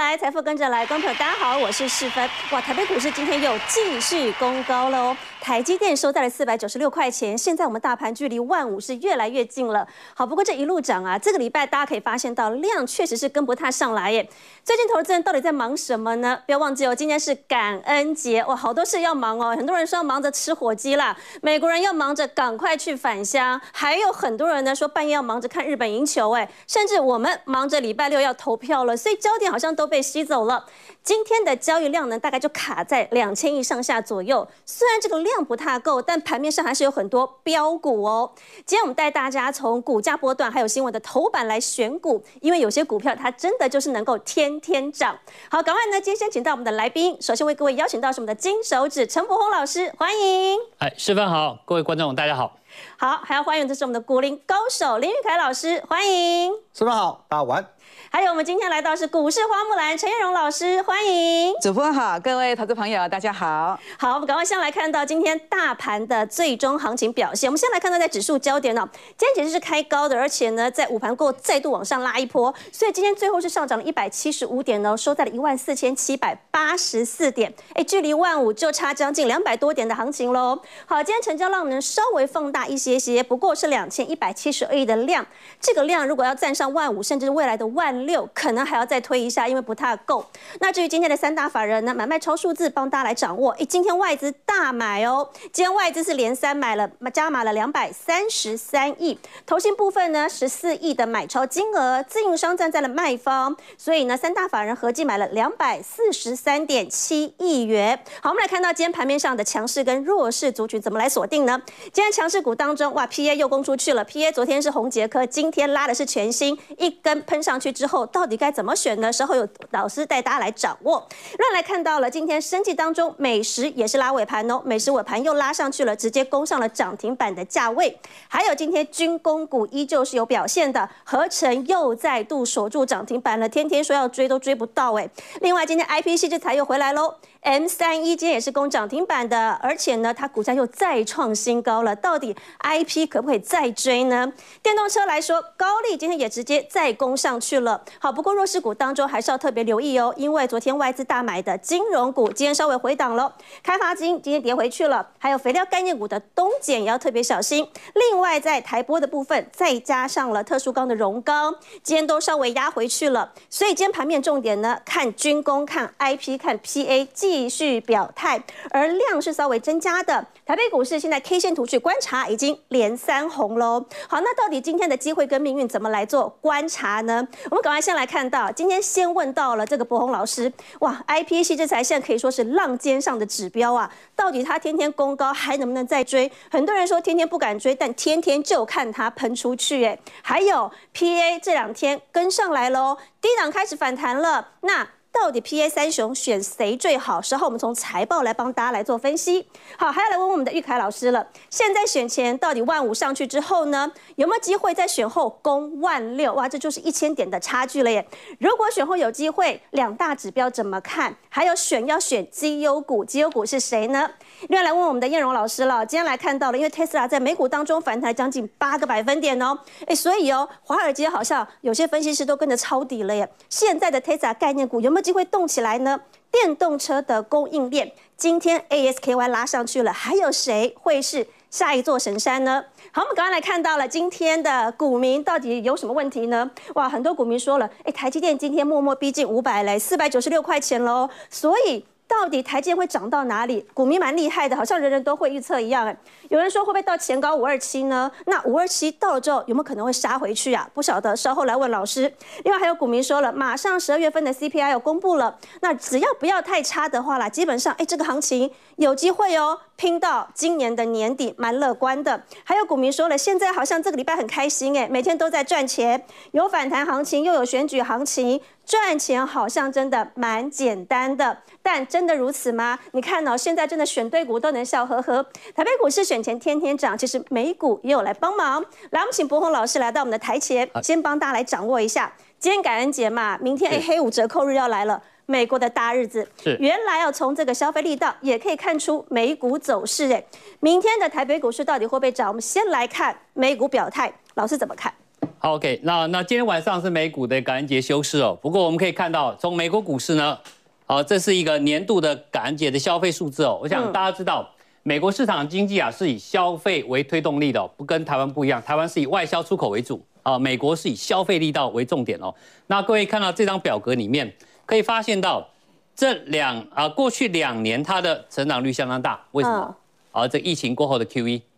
来，财富跟着来，观众朋友大家好，我是世芬。哇，台北股市今天又继续攻高了哦，台积电收在了496块钱，现在我们大盘距离15000是越来越近了。好，不过这一路涨啊，这个礼拜大家可以发现到量确实是跟不太上来耶。最近投资人到底在忙什么呢？不要忘记哦，今天是感恩节，哇，好多事要忙哦。很多人说要忙着吃火鸡啦，美国人要忙着赶快去返乡，还有很多人呢说半夜要忙着看日本赢球，甚至我们忙着礼拜六要投票了，所以焦点好像都被吸走了。今天的交易量呢，大概就卡在2000亿上下左右。虽然这个量不太够，但盘面上还是有很多标股哦。今天我们带大家从股价波段还有新闻的头版来选股，因为有些股票它真的就是能够天天涨。好，赶快呢，今天先请到我们的来宾，首先为各位邀请到是我们的金手指陈柏宏老师，欢迎。 世芬好，各位观众大家好。 好，还要欢迎的是我们的股龄高手林玉凯老师，欢迎。 世芬好，大家晚安。 还有我们今天来到是股市花木兰陈彦蓉老师，欢迎。 主播好，各位投资朋友大家好。 好，我们赶快先来看到今天大盘的最终行情表现。我们先来看到在指数焦点哦，今天其实是开高的，而且呢在午盘过后再度往上拉一波，所以今天最后是上涨了175点哦，收在了14784点，距离15000就差将近200多点的行情喽。好，今天成交量能稍微放大一些，不过是2172亿的量，这个量如果要站上15000，甚至未来的16000，可能还要再推一下，因为不太够。那至于今天的三大法人呢，买卖超数字帮大家来掌握。今天外资大买哦，今天外资是连三买了，加码了233亿。投信部分呢，14亿的买超金额，自营商站在了卖方，所以呢，三大法人合计买了243.7亿元。好，我们来看到今天盘面上的强势跟弱势族群怎么来锁定呢？今天强势股当中，哇 ，PA 又攻出去了 ，PA 昨天是宏捷科，今天拉的是全新，一根喷上去之后，到底该怎么选呢？稍后有老师带大家来掌握。让来看到了今天生技当中，美食也是拉尾盘哦，美食尾盘又拉上去了，直接攻上了涨停板的价位。还有今天军工股依旧是有表现的，合成又再度守住涨停板了，天天说要追都追不到另外今天 IPC 这材又回来喽。M31今天也是攻涨停板的，而且呢，它股价又再创新高了。到底 IP 可不可以再追呢？电动车来说，高力今天也直接再攻上去了。好，不过弱势股当中还是要特别留意哦，因为昨天外资大买的金融股今天稍微回档了，开发金今天跌回去了，还有肥料概念股的东碱也要特别小心。另外在台玻的部分，再加上了特殊钢的荣钢，今天都稍微压回去了。所以今天盘面重点呢，看军工、看 IP、看 PA。继续表态，而量是稍微增加的。台北股市现在 K 线图去观察，已经连3红喽。好，那到底今天的机会跟命运怎么来做观察呢？我们赶快先来看到，今天先问到了这个柏宏老师，哇 ，IPC 这才现在可以说是浪尖上的指标啊，到底它天天攻高还能不能再追？很多人说天天不敢追，但天天就看它喷出去还有 PA 这2天跟上来喽，低档开始反弹了，那到底 PA 三雄选谁最好？稍后我们从财报来帮大家来做分析。好，还要来问我们的玉凯老师了。现在选前到底15000上去之后呢，有没有机会在选后攻16000？哇，这就是1000点的差距了耶！如果选后有机会，2大指标怎么看？还有要选绩优股，绩优股是谁呢？另外来问我们的彦蓉老师了。今天来看到了，因为 Tesla 在美股当中反弹将近8个百分点哦，所以华尔街好像有些分析师都跟着抄底了耶。现在的 Tesla 概念股有没有机会动起来呢？电动车的供应链，今天 ASKY 拉上去了，还有谁会是下一座神山呢？好，我们刚刚来看到了今天的股民到底有什么问题呢？哇，很多股民说了，台积电今天默默逼近500嘞，496块钱喽，所以到底台积电会涨到哪里？股民蛮厉害的，好像人人都会预测一样有人说会不会到前高527呢？那527到了之后有没有可能会杀回去啊？不晓得，稍后来问老师。另外还有股民说了，马上12月份的 CPI 要公布了，那只要不要太差的话啦，基本上这个行情有机会拼到今年的年底，蛮乐观的。还有股民说了，现在好像这个礼拜很开心每天都在赚钱，有反弹行情，又有选举行情，赚钱好像真的蛮简单的。但真的如此吗？你看现在真的选对股都能笑呵呵。台北股市选前天天涨，其实美股也有来帮忙。来，我们请柏宏老师来到我们的台前，先帮大家来掌握一下。今天感恩节嘛，明天黑五折扣日要来了。美国的大日子，原来要从这个消费力道也可以看出美股走势明天的台北股市到底会不会涨？我们先来看美股表态，老师怎么看？ 好 ，OK， 那今天晚上是美股的感恩节休市哦。不过我们可以看到，从美国股市呢，这是一个年度的感恩节的消费数字哦。我想大家知道，美国市场经济啊是以消费为推动力的哦，不跟台湾不一样，台湾是以外销出口为主啊，美国是以消费力道为重点哦。那各位看到这张表格里面，可以发现到过去2年它的成长率相当大，为什么？这疫情过后的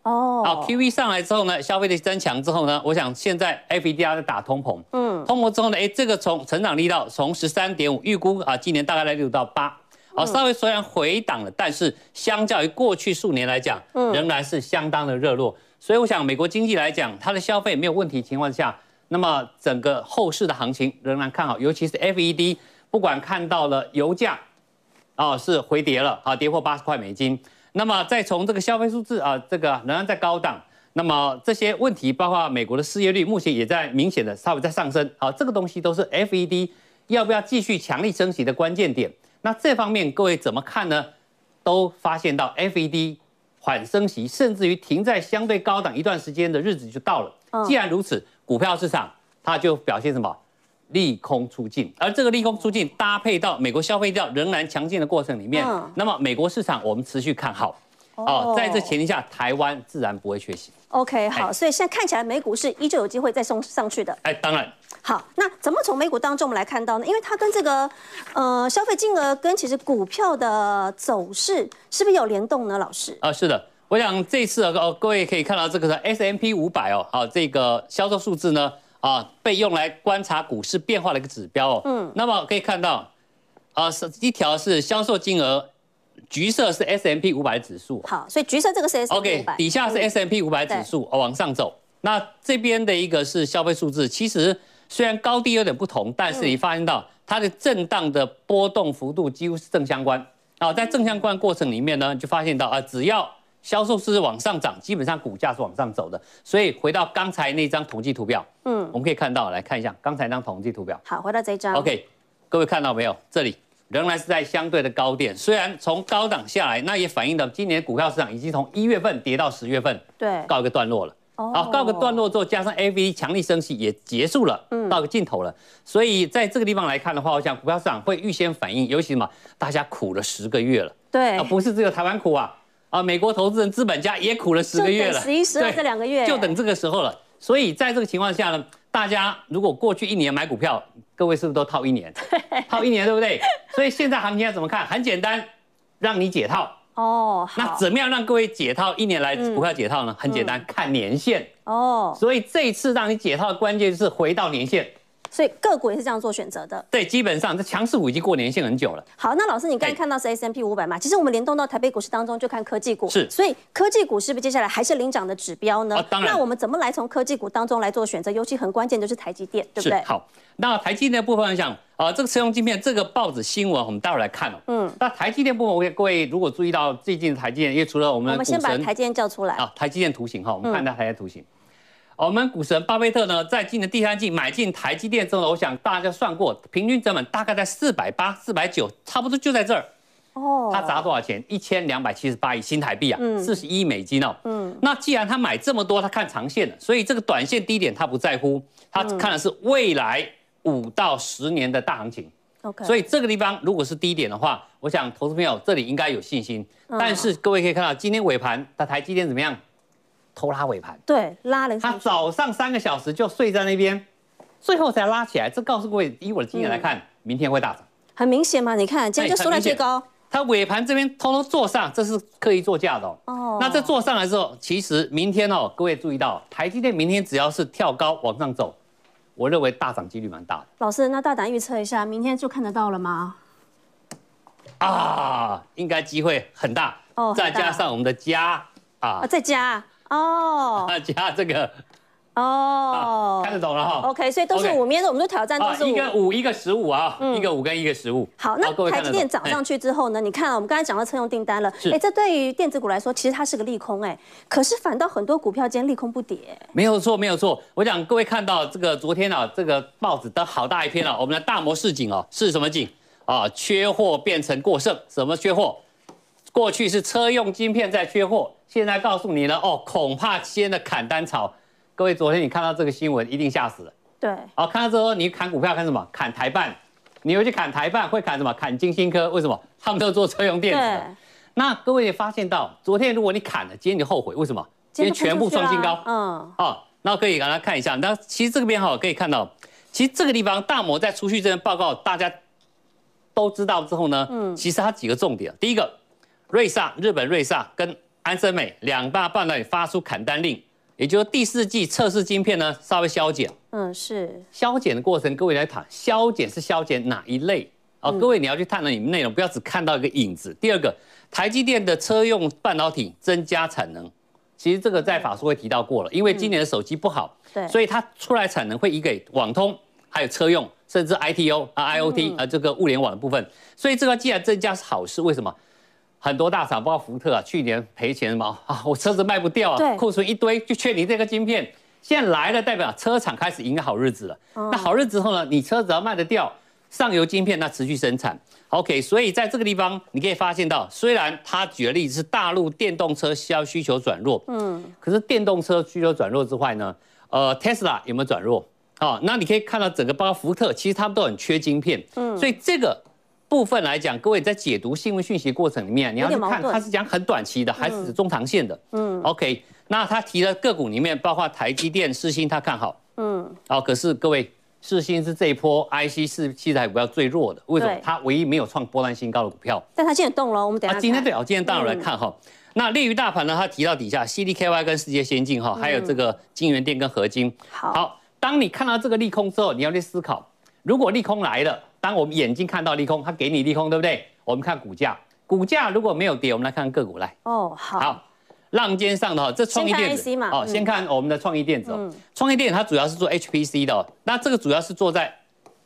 QE。QE 上来之后呢，消费力增强之后呢，我想现在 FED 在打通膨，通膨之后呢，这个从成长力道从13.5，预估今年大概在6到8，稍微虽然回档了，但是相较于过去数年来讲，仍然是相当的热络。所以我想美国经济来讲，它的消费没有问题情况下，那么整个后市的行情仍然看好，尤其是 FED 不管看到了油价是回跌了跌破80块美金。那么再从这个消费数字这个仍然在高档，那么这些问题包括美国的失业率目前也在明显的稍微在上升，这个东西都是 FED 要不要继续强力升息的关键点。那这方面各位怎么看呢？都发现到 FED 缓升息，甚至于停在相对高档一段时间的日子就到了。既然如此，股票市场它就表现什么？利空出尽，而这个利空出尽搭配到美国消费量仍然强劲的过程里面，那么美国市场我们持续看好。在这前提下，台湾自然不会缺席。 OK， 好，所以现在看起来美股是依旧有机会再冲上去的。 当然。 好，那怎么从美股当中我们来看到呢？因为它跟这个消费金额跟其实股票的走势是不是有联动呢？老师？ 是的，我想这次各位可以看到这个是 S&P 500这个销售数字呢。被用来观察股市变化的一个指标那么可以看到，一条是销售金额，橘色是 S&P 500指数。 好，所以橘色这个是 S&P 500， 底下是 S&P 500指数往上走。那这边的一个是消费数字，其实虽然高低有点不同，但是你发现到它的震荡的波动幅度几乎是正相关。在正相关过程里面呢，就发现到只要销售是往上涨，基本上股价是往上走的。所以回到刚才那张统计图表，我们可以看到，来看一下刚才那张统计图表。 好，回到这一张。 OK， 各位看到没有？这里仍然是在相对的高点，虽然从高档下来，那也反映了今年股票市场已经从1月份跌到10月份， 对， 告一个段落了。告个段落之后，加上 FED 强力升息也结束了，到个尽头了。所以在这个地方来看的话，我想股票市场会预先反应，尤其什么，大家苦了10个月了， 对， 不是只有台湾苦美国投资人、资本家也苦了10个月了 ，11、12这2个月， 就等这个时候了。所以在这个情况下呢，大家如果过去1年买股票，各位是不是都套1年？套1年，对不对？所以现在行情要怎么看？很简单，让你解套。 好。 那怎么样让各位解套？1年来股票解套呢？很简单，看年线。所以这一次让你解套的关键是回到年线。 所以个股也是这样做选择的。 对，基本上这强势股已经过年限很久了。 好，那老师，你刚才看到是 S&P 500嘛？其实我们联动到台北股市当中就看科技股。 是。 所以科技股是不是接下来还是领涨的指标呢？ 当然。 那我们怎么来从科技股当中来做选择？尤其很关键就是台积电，对不对？ 好，那台积电的部分，我想这个车用晶片这个报纸新闻，我们待会来看那台积电部分，各位如果注意到最近的台积电，因为除了我们先把台积电叫出来台积电图形我们看到台积电图形。我们股神巴菲特呢，在今年第3季买进台积电之后呢，我想大家算过，平均成本大概在480、490，差不多就在这儿。他砸多少钱？1278亿新台币，41亿美金那既然他买这么多，他看长线的，所以这个短线低点他不在乎，他看的是未来5到10年的大行情。所以这个地方如果是低点的话，我想投资朋友这里应该有信心。但是各位可以看到，今天尾盘的台积电怎么样？偷拉尾盘， 对，拉了。 他早上3个小时就睡在那边，最后才拉起来。这告诉各位，以我的经验来看，明天会大涨。 很明显嘛，你看今天就收在最高。 它尾盘这边偷偷做上，这是刻意做价的那这做上来之后，其实明天各位注意到，台积电明天只要是跳高往上走，我认为大涨几率蛮大的。 老师，那大胆预测一下，明天就看得到了吗？ 应该机会很大。再加上我们的加再加。 加这个看得懂了 OK， 所以都是5，明天我们都挑战都是5， 一个5，一个15一个5跟一个15。 好，那台积电涨上去之后呢？你看我们刚才讲到车用订单了，这对于电子股来说，其实它是个利空可是反倒很多股票今天利空不跌。 没有错，没有错。我想各位看到这个昨天这个报纸的好大一篇我们的大摩市井是什么井缺货变成过剩，什么缺货？过去是车用晶片在缺货，现在告诉你了恐怕先的砍单潮。各各位昨天你看到这个新闻，一定吓死了。 对， 好，看到之后你砍股票看什么？砍台办，你会去砍台办，会砍什么？砍金星科，为什么？他们都做车用电子的。那各位也发现到，昨天如果你砍了，今天你后悔，为什么？今天全部创新高。那可以给大家看一下。那其实这个边可以看到，其实这个地方大摩在储蓄这份报告，大家都知道之后呢，其实它几个重点。第一个，日本瑞萨跟安森美2大半导体发出砍单令，也就是第4季测试晶片呢稍微削减。 是削减的过程，各位来谈，削减是削减哪一类？各位你要去探讨你们内容，不要只看到一个影子。第二个，台积电的车用半导体增加产能，其实这个在法说会提到过了，因为今年的手机不好，所以它出来产能会移给网通，还有车用，甚至 IoT 这个物联网的部分。所以这个既然增加是好事，为什么？很多大厂，包括福特去年赔钱嘛，我车子卖不掉啊，库存一堆，就缺你这个晶片。现在来了，代表车厂开始迎好日子了。那好日子后呢，你车子要卖得掉，上游晶片那持续生产。OK， 所以在这个地方你可以发现到，虽然他举的例子是大陆电动车需求转弱，可是电动车需求转弱之外呢，Tesla 有没有转弱？那你可以看到整个包括福特，其实他们都很缺晶片，所以这个部分来讲，各位在解读新闻讯息过程里面，你要去看它是讲很短期的，还是中长线的。OK， 那他提的个股里面，包括台积电、世芯，他看好。可是各位，世芯是这一波 IC 器材股票最弱的，为什么？它唯一没有创波段新高的股票。 但它今天动了，我们等一下看。 今天当然来看哈。那列于大盘呢，他提到底下 CDKY 跟世界先进还有这个晶圆店跟合金。好，当你看到这个利空之后，你要去思考，如果利空来了。当我们眼睛看到利空，它给你利空，对不对？我们看股价，股价如果没有跌，我们来看个股来。好，浪尖上的这创意电子先看我们的创意电子创意电子它主要是做 HPC 的那这个主要是做在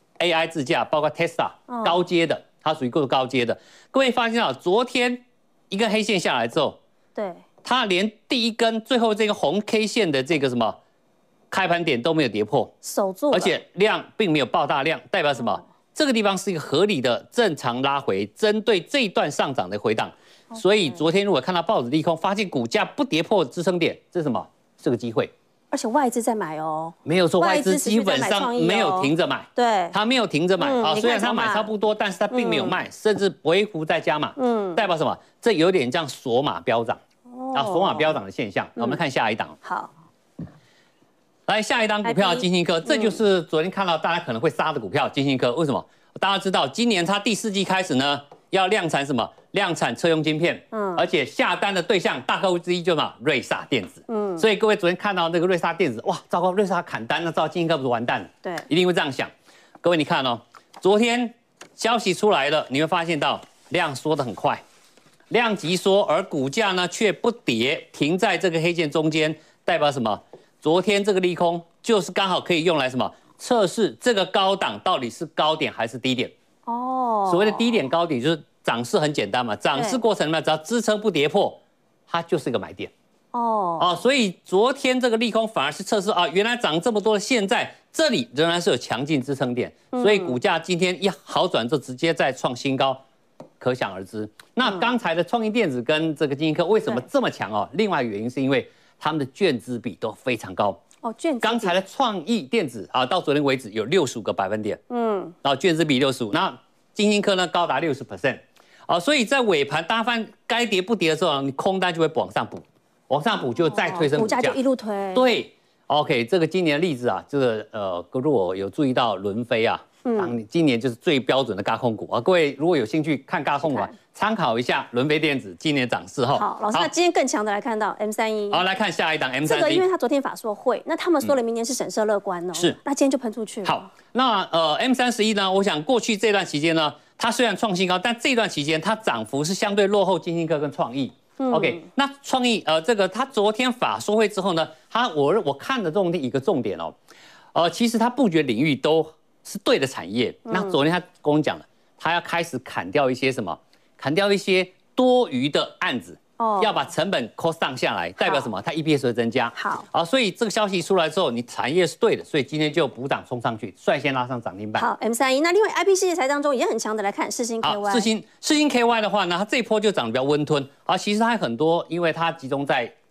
AI 自驾，包括 Tesla 高阶的，它属于够高阶的。各位发现昨天一根黑线下来之后， 对， 它连第一根最后这个红 K 线的这个什么开盘点都没有跌破， 守住， 而且量并没有爆大量，代表什么？这个地方是一个合理的正常拉回，针对这一段上涨的回档。所以昨天如果看到报纸利空，发现股价不跌破支撑点，这是什么？是个机会。 而且外资在买哦， 没有说外资基本上没有停着买， 对， 它没有停着买虽然它买差不多，但是它并没有卖，甚至微幅在加码，代表什么？这有点像锁码飙涨，锁码飙涨的现象。我们看下一档。 好。 来下一档股票，金星科，这就是昨天看到大家可能会杀的股票，金星科。为什么？大家知道，今年它第4季开始呢，要量产什么？量产车用晶片，而且下单的对象大客户之一就是瑞萨电子，所以各位昨天看到那个瑞萨电子，哇，糟糕，瑞萨砍单，那糟，金星科不是完蛋了？ 对， 一定会这样想。各位你看昨天消息出来了，你会发现到量缩得很快，量急缩，而股价呢却不跌，停在这个黑线中间，代表什么？昨天这个利空就是刚好可以用来什么测试这个高档到底是高点还是低点。所谓的低点高点就是涨势很简单嘛，涨势过程呢只要支撑不跌破，它就是一个买点。所以昨天这个利空反而是测试原来涨这么多，现在这里仍然是有强劲支撑点，所以股价今天一好转就直接再创新高，可想而知。那刚才的创意电子跟这个金星科为什么这么强另外一个原因是因为他们的券资比都非常高券资。 刚才的创意电子到昨天为止有65个百分点，然后券资比65，那金星科呢高达60%，所以在尾盘大家发现该跌不跌的时候，你空单就会往上补就再推升股价， 股价就一路推。 对 ，OK， 这个今年的例子这个如果有注意到伦飞今年就是最标准的轧空股各位如果有兴趣看轧空股，参考一下伦飞电子今年涨势好，老师，那今天更强的来看到 M31。 好，来看下一档 M31。 这个因为他昨天法说会，那他们说了明年是审慎乐观是。 那今天就喷出去了。 好，那M31呢？我想过去这段期间呢，它虽然创新高，但这段期间它涨幅是相对落后金星科跟创意。OK， 那创意这个它昨天法说会之后呢，我看的一个重点其实它布局领域都是对的产业。那昨天他跟我讲了，他要开始砍掉一些什么？砍掉一些多余的案子，要把成本 cost down 下来，代表什么？它 EPS 会增加。好，所以这个消息出来之后，你产业是对的，所以今天就补涨冲上去，率先拉上涨停板。 好 ，M31。那另外 IP 世界材当中也很强的来看世芯 KY。世芯 KY 的话呢，它这一波就涨得比较温吞。其实它很多，因为它集中在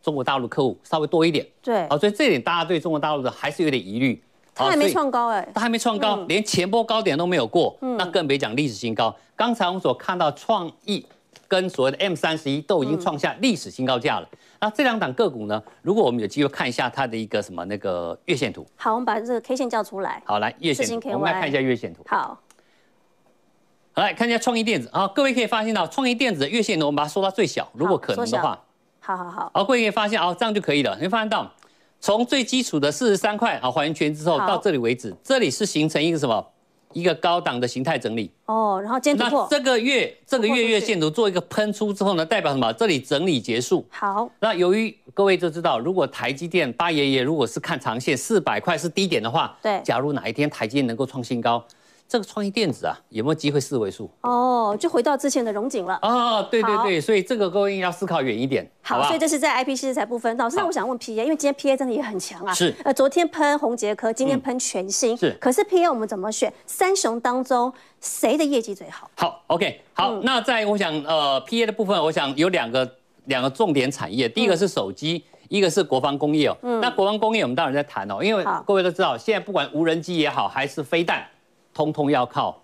中国大陆客户稍微多一点。 对， 所以这一点大家对中国大陆的还是有点疑虑。 它还没创高哎， 它还没创高，连前波高点都没有过，那更别讲历史新高。刚才我们所看到创意跟所谓的 M31都已经创下历史新高价了。那这两档个股呢，如果我们有机会看一下它的一个什么那个月线图。 好，我们把这个 K 线叫出来。 好，来月线图，我们来看一下月线图。 好， 来看一下创意电子啊，各位可以发现到创意电子的月线图，我们把它缩到最小，如果可能的话。 好， 各位可以发现这样就可以了。你会发现到，从最基础的43块还原之后到这里为止，这里是形成一个什么？一个高档的形态整理。 然后今天突破。 那这个月线图做一个喷出之后呢，代表什么？这里整理结束。 好。 那由于各位就知道，如果台积电八爷爷如果是看长线400块是低点的话， 对。 假如哪一天台积电能够创新高，这个创意电子有没有机会4位数？ 就回到之前的荣景了。 对，所以这个各位要思考远一点。 好，所以这是在 IP 系材部分。老师，那我想问 PA，因为今天 PA 真的也很强啊。 是。 昨天喷宏捷科，今天喷全新。 是。 可是 PA 我们怎么选？三雄当中谁的业绩最好？ 好 ，OK， 好。那在我想PA 的部分，我想有两个重点产业，第一个是手机。一个是国防工业那国防工业我们当然在谈因为各位都知道，现在不管无人机也好，还是飞弹，通通要靠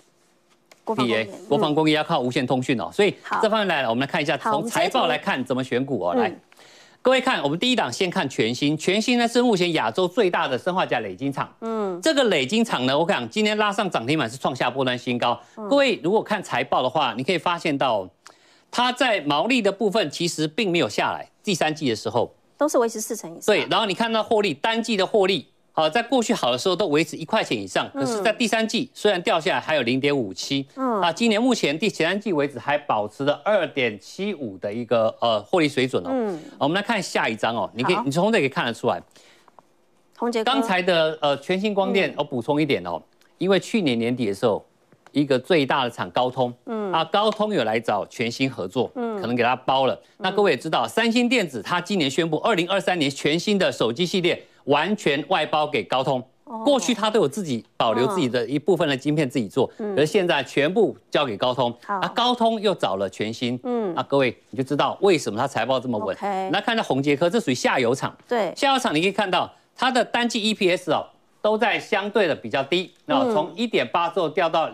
PA， 国防工业要靠无线通讯所以这方面来了，我们来看一下，从财报来看怎么选股来，各位看，我们第一档先看全新，全新呢是目前亚洲最大的砷化钾累晶厂，这个累晶厂呢，我讲今天拉上涨停板是创下波段新高，各位如果看财报的话，你可以发现到。它在毛利的部分其实并没有下来，第三季的时候都是维持4成以上。 对，然后你看到获利，单季的获利，在过去好的时候都维持1块钱以上，可是，在第三季虽然掉下来，还有0.57，今年目前第前三季为止还保持了2.75的一个获利水准我们来看下一张你从这可以看得出来， 宏捷科刚才的全新光电，我补充一点因为去年年底的时候。一个最大的厂高通，高通有来找全新合作，可能给他包了。那各位也知道，三星电子它今年宣布，2023年全新的手机系列完全外包给高通。过去它都有自己保留自己的一部分的晶片自己做，可是现在全部交给高通。高通又找了全新，各位你就知道为什么它财报这么稳。那看到宏捷科，这属于下游厂， 对， 下游厂你可以看到它的单季 EPS都在相对的比较低，从1.8之后掉到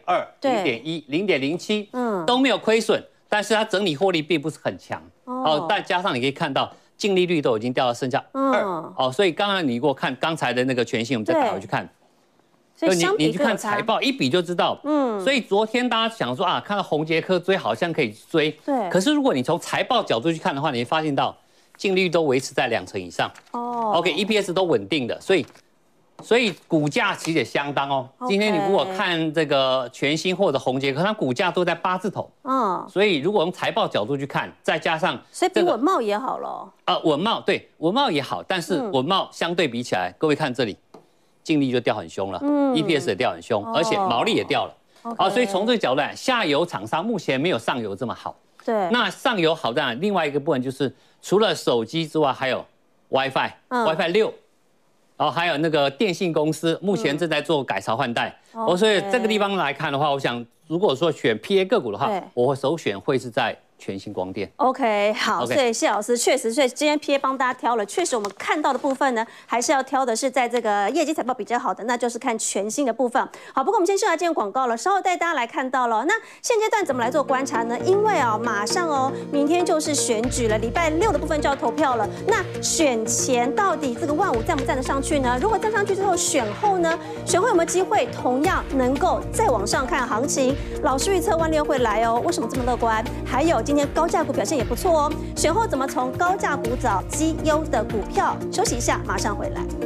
0.2、0.1、0.07，都没有亏损，但是它整体获利并不是很强，再加上你可以看到净利率都已经掉到剩下2，所以刚刚你如果看刚才的那个全新，我们再打回去看， 所以你去看财报一比就知道，所以昨天大家想说看到宏捷科追好像可以追， 对， 可是如果你从财报角度去看的话，你会发现到净利率都维持在2成以上，EPS 都稳定的，所以股价其实也相当今天你如果看这个全新或者宏捷科，它股价都在8字头。所以如果从财报角度去看，再加上所以比稳懋也好了。 稳懋对稳懋也好，但是稳懋相对比起来，各位看这里，净利就掉很凶了，EPS 也掉很凶，而且毛利也掉了。所以从这个角度来，下游厂商目前没有上游这么好。 对。 那上游好在另外一个部分就是除了手机之外，还有 WiFi 6。还有那个电信公司目前正在做改朝换代，所以这个地方来看的话，我想如果说选 PA 个股的话，我首选会是在全新光电。 OK， 好，所以谢老师确实，所以今天 PA 帮大家挑了，确实我们看到的部分呢，还是要挑的是在这个业绩财报比较好的，那就是看全新的部分。好，不过我们先设下今天广告了，稍后带大家来看到了。那现阶段怎么来做观察呢？因为马上明天就是选举了，礼拜6的部分就要投票了。那选前到底这个15000站不站得上去呢？如果站上去之后，选后呢？选后有没有机会同样能够再往上看行情？老师预测16000会来为什么这么乐观？还有今天高价股表现也不错选后怎么从高价股找绩优的股票？休息一下，马上回来。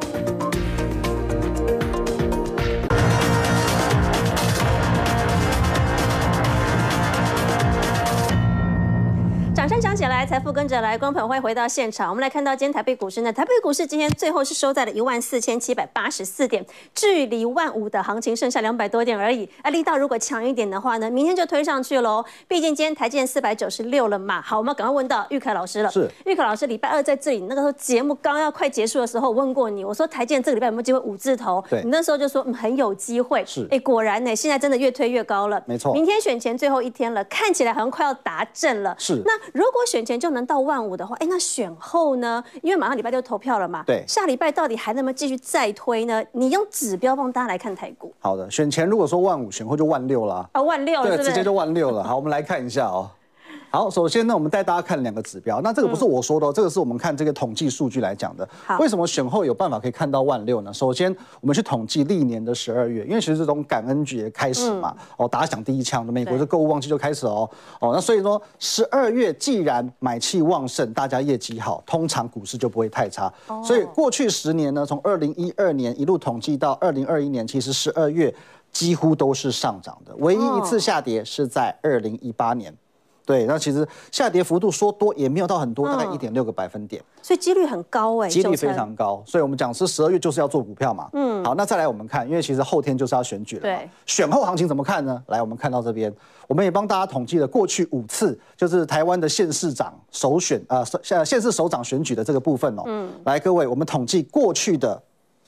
掌声响起来，财富跟着来，观众朋友欢迎回到现场。我们来看到今天台北股市呢，台北股市今天最后是收在了14784点，距离15000的行情剩下200多点而已。力道如果强一点的话呢，明天就推上去喽。毕竟今天台积电496了嘛。好，我们赶快问到玉凯老师了。 是， 玉凯老师，礼拜2在这里，那个时候节目刚要快结束的时候，我问过你，我说台积电这个礼拜有没有机会5字头？ 对， 你那时候就说很有机会。 是， 果然呢，现在真的越推越高了。 没错， 明天选前最后一天了，看起来好像快要达阵了。 是， 那如果选前就能到15000的话，那选后呢？因为马上礼拜六投票了嘛， 对， 下礼拜到底还能不能继续再推呢？你用指标帮大家来看台股。 好的，选前如果说15000，选后就16000啦。 16000了， 对，直接就16000了。好，我们来看一下哦。好，首先呢，我们带大家看2个指标。那这个不是我说的，这个是我们看这个统计数据来讲的。为什么选后有办法可以看到16000呢？首先，我们去统计历年的12月，因为其实这种感恩节开始嘛，打响第一枪，美国的购物旺季就开始了哦。那所以说12月既然买气旺盛，大家业绩好，通常股市就不会太差。所以过去10年呢，从2012年一路统计到2021年，其实12月几乎都是上涨的，唯一一次下跌是在2018年。对，那其实下跌幅度说多也没有到很多，大概1.6个百分点， 所以几率很高几率非常高。所以我们讲是12月就是要做股票嘛。好，那再来我们看，因为其实后天就是要选举了嘛。对，选后行情怎么看呢？来，我们看到这边，我们也帮大家统计了过去5次，就是台湾的县市长首选县市首长选举的这个部分哦。来，各位，我们统计过去的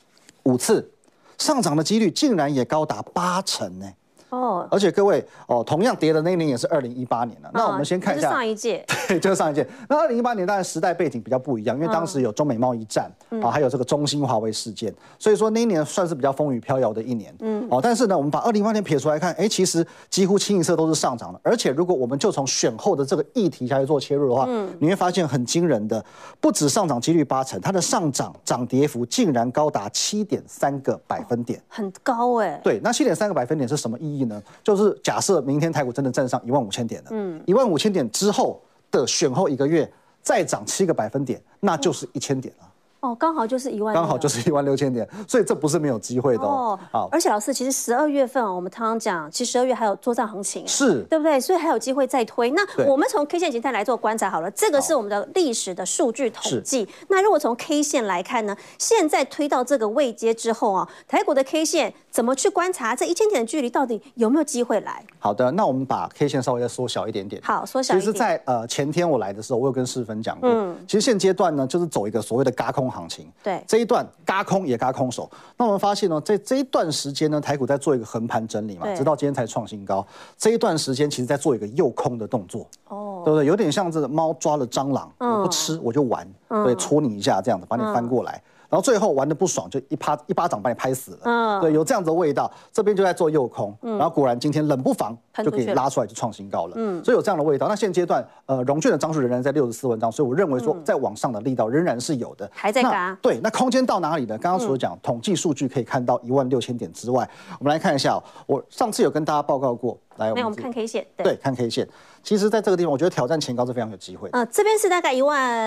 5次上涨的几率竟然也高达80%呢。而且各位同样跌的那一年也是2018年了。那我们先看一下上一届， 对，就是上一届。那2018年当然时代背景比较不一样，因为当时有中美贸易战还有这个中兴华为事件，所以说那一年算是比较风雨飘摇的一年。但是呢，我们把2018年撇出来看，其实几乎清一色都是上涨的。而且如果我们就从选后的这个议题下去做切入的话，你会发现很惊人的，不止上涨几率80%，它的上涨涨跌幅竟然高达7.3个百分点， 很高对，那7.3个百分点是什么意义呢？就是假设明天台股真的站上15000点了，15000点之后的选后1个月再涨7个百分点，那就是1000点了。 刚好就是16000， 刚好就是16000点，所以这不是没有机会的好， 而且老师，其实12月份我们常常讲，其实12月还有作战行情， 是对不对？所以还有机会再推。那我们从 K 线形态来做观察好了，这个是我们的历史的数据统计。那如果从 K 线来看呢，现在推到这个位阶之后台股的 K 线怎么去观察这1000点的距离到底有没有机会来？ 好的，那我们把 K 线稍微再缩小一点点。 好，缩小一点。 其实在前天我来的时候，我有跟世芬讲过，其实现阶段呢，就是走一个所谓的轧空行情。 对， 这一段轧空也轧空手。那我们发现呢，在这一段时间呢，台股在做一个横盘整理嘛，直到今天才创新高。这一段时间其实在做一个诱空的动作，对不对？有点像这个猫抓了蟑螂，我不吃我就玩，对，戳你一下这样子，把你翻过来。然后最后玩的不爽，就一巴掌把你拍死了。对，有这样子的味道。这边就在做诱空，然后果然今天冷不防就可以拉出来，就创新高了。所以有这样的味道。那现阶段，融券的张数仍然在64万张，所以我认为说，在往上的力道仍然是有的， 还在嘎。 对，那空间到哪里呢？刚刚所讲统计数据可以看到16000点之外，我们来看一下，我上次有跟大家报告过，来， 我们看 K 线， 对，看 K 线。其实，在这个地方，我觉得挑战前高是非常有机会。 这边是大概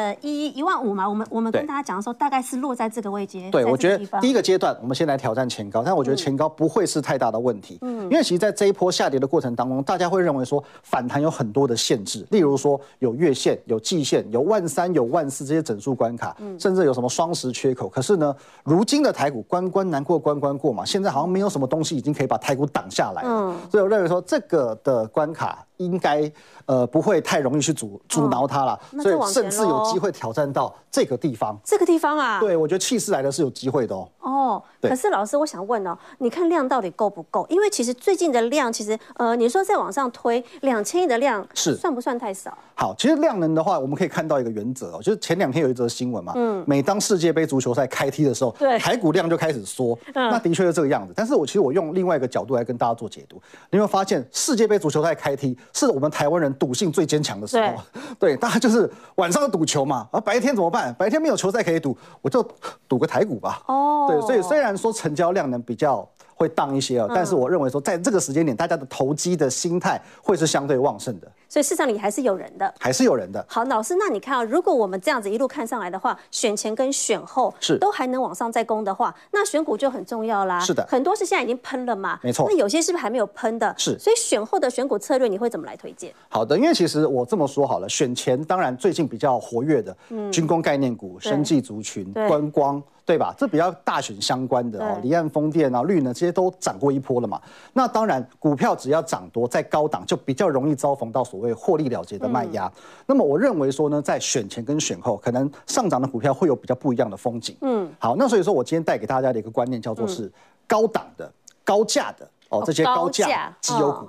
15000嘛，我们跟大家讲的时候，大概是落在这个位阶。 对，我觉得第一个阶段，我们先来挑战前高，但我觉得前高不会是太大的问题。因为其实，在这一波下跌的过程当中，大家会认为说反弹有很多的限制，例如说有月线、有季线、有13000、有14000这些整数关卡，甚至有什么双10缺口。可是呢，如今的台股关难过关过嘛，现在好像没有什么东西已经可以把台股挡下来了。所以我认为说这个的关卡应该不会太容易去阻挠它了，所以甚至有机会挑战到这个地方。 这个地方啊， 对，我觉得气势来的是有机会的可是老师，我想问你看量到底够不够？因为其实最近的量，其实你说再往上推2000亿的量，算不算太少？ 好，其实量能的话，我们可以看到一个原则就是前2天有一则新闻嘛，每当世界杯足球赛开踢的时候，台股量就开始缩，那的确是这个样子。但是其实我用另外一个角度来跟大家做解读，你有没有发现世界杯足球赛开踢是我们台湾人赌性最坚强的时候？对，大家就是晚上赌球嘛，白天怎么办？白天没有球赛可以赌，我就赌个台股吧。对，所以虽然说成交量能比较会荡一些但是我认为说在这个时间点，大家的投机的心态会是相对旺盛的， 所以市场里还是有人的， 还是有人的。 好，老师，那你看如果我们这样子一路看上来的话，选前跟选后都还能往上再攻的话，那选股就很重要啦。 是的， 很多是现在已经喷了嘛， 没错。 那有些是不是还没有喷的？ 是， 所以选后的选股策略你会怎么来推荐？ 好的，因为其实我这么说好了，选前当然最近比较活跃的，军工概念股、生技族群、观光。对吧？这比较大选相关的离岸风电绿能这些都涨过一波了嘛。那当然，股票只要涨多，在高档就比较容易遭逢到所谓获利了结的卖压。那么我认为说呢，在选前跟选后，可能上涨的股票会有比较不一样的风景。好，那所以说我今天带给大家的一个观念叫做是高档的、高价的这些高价绩优股。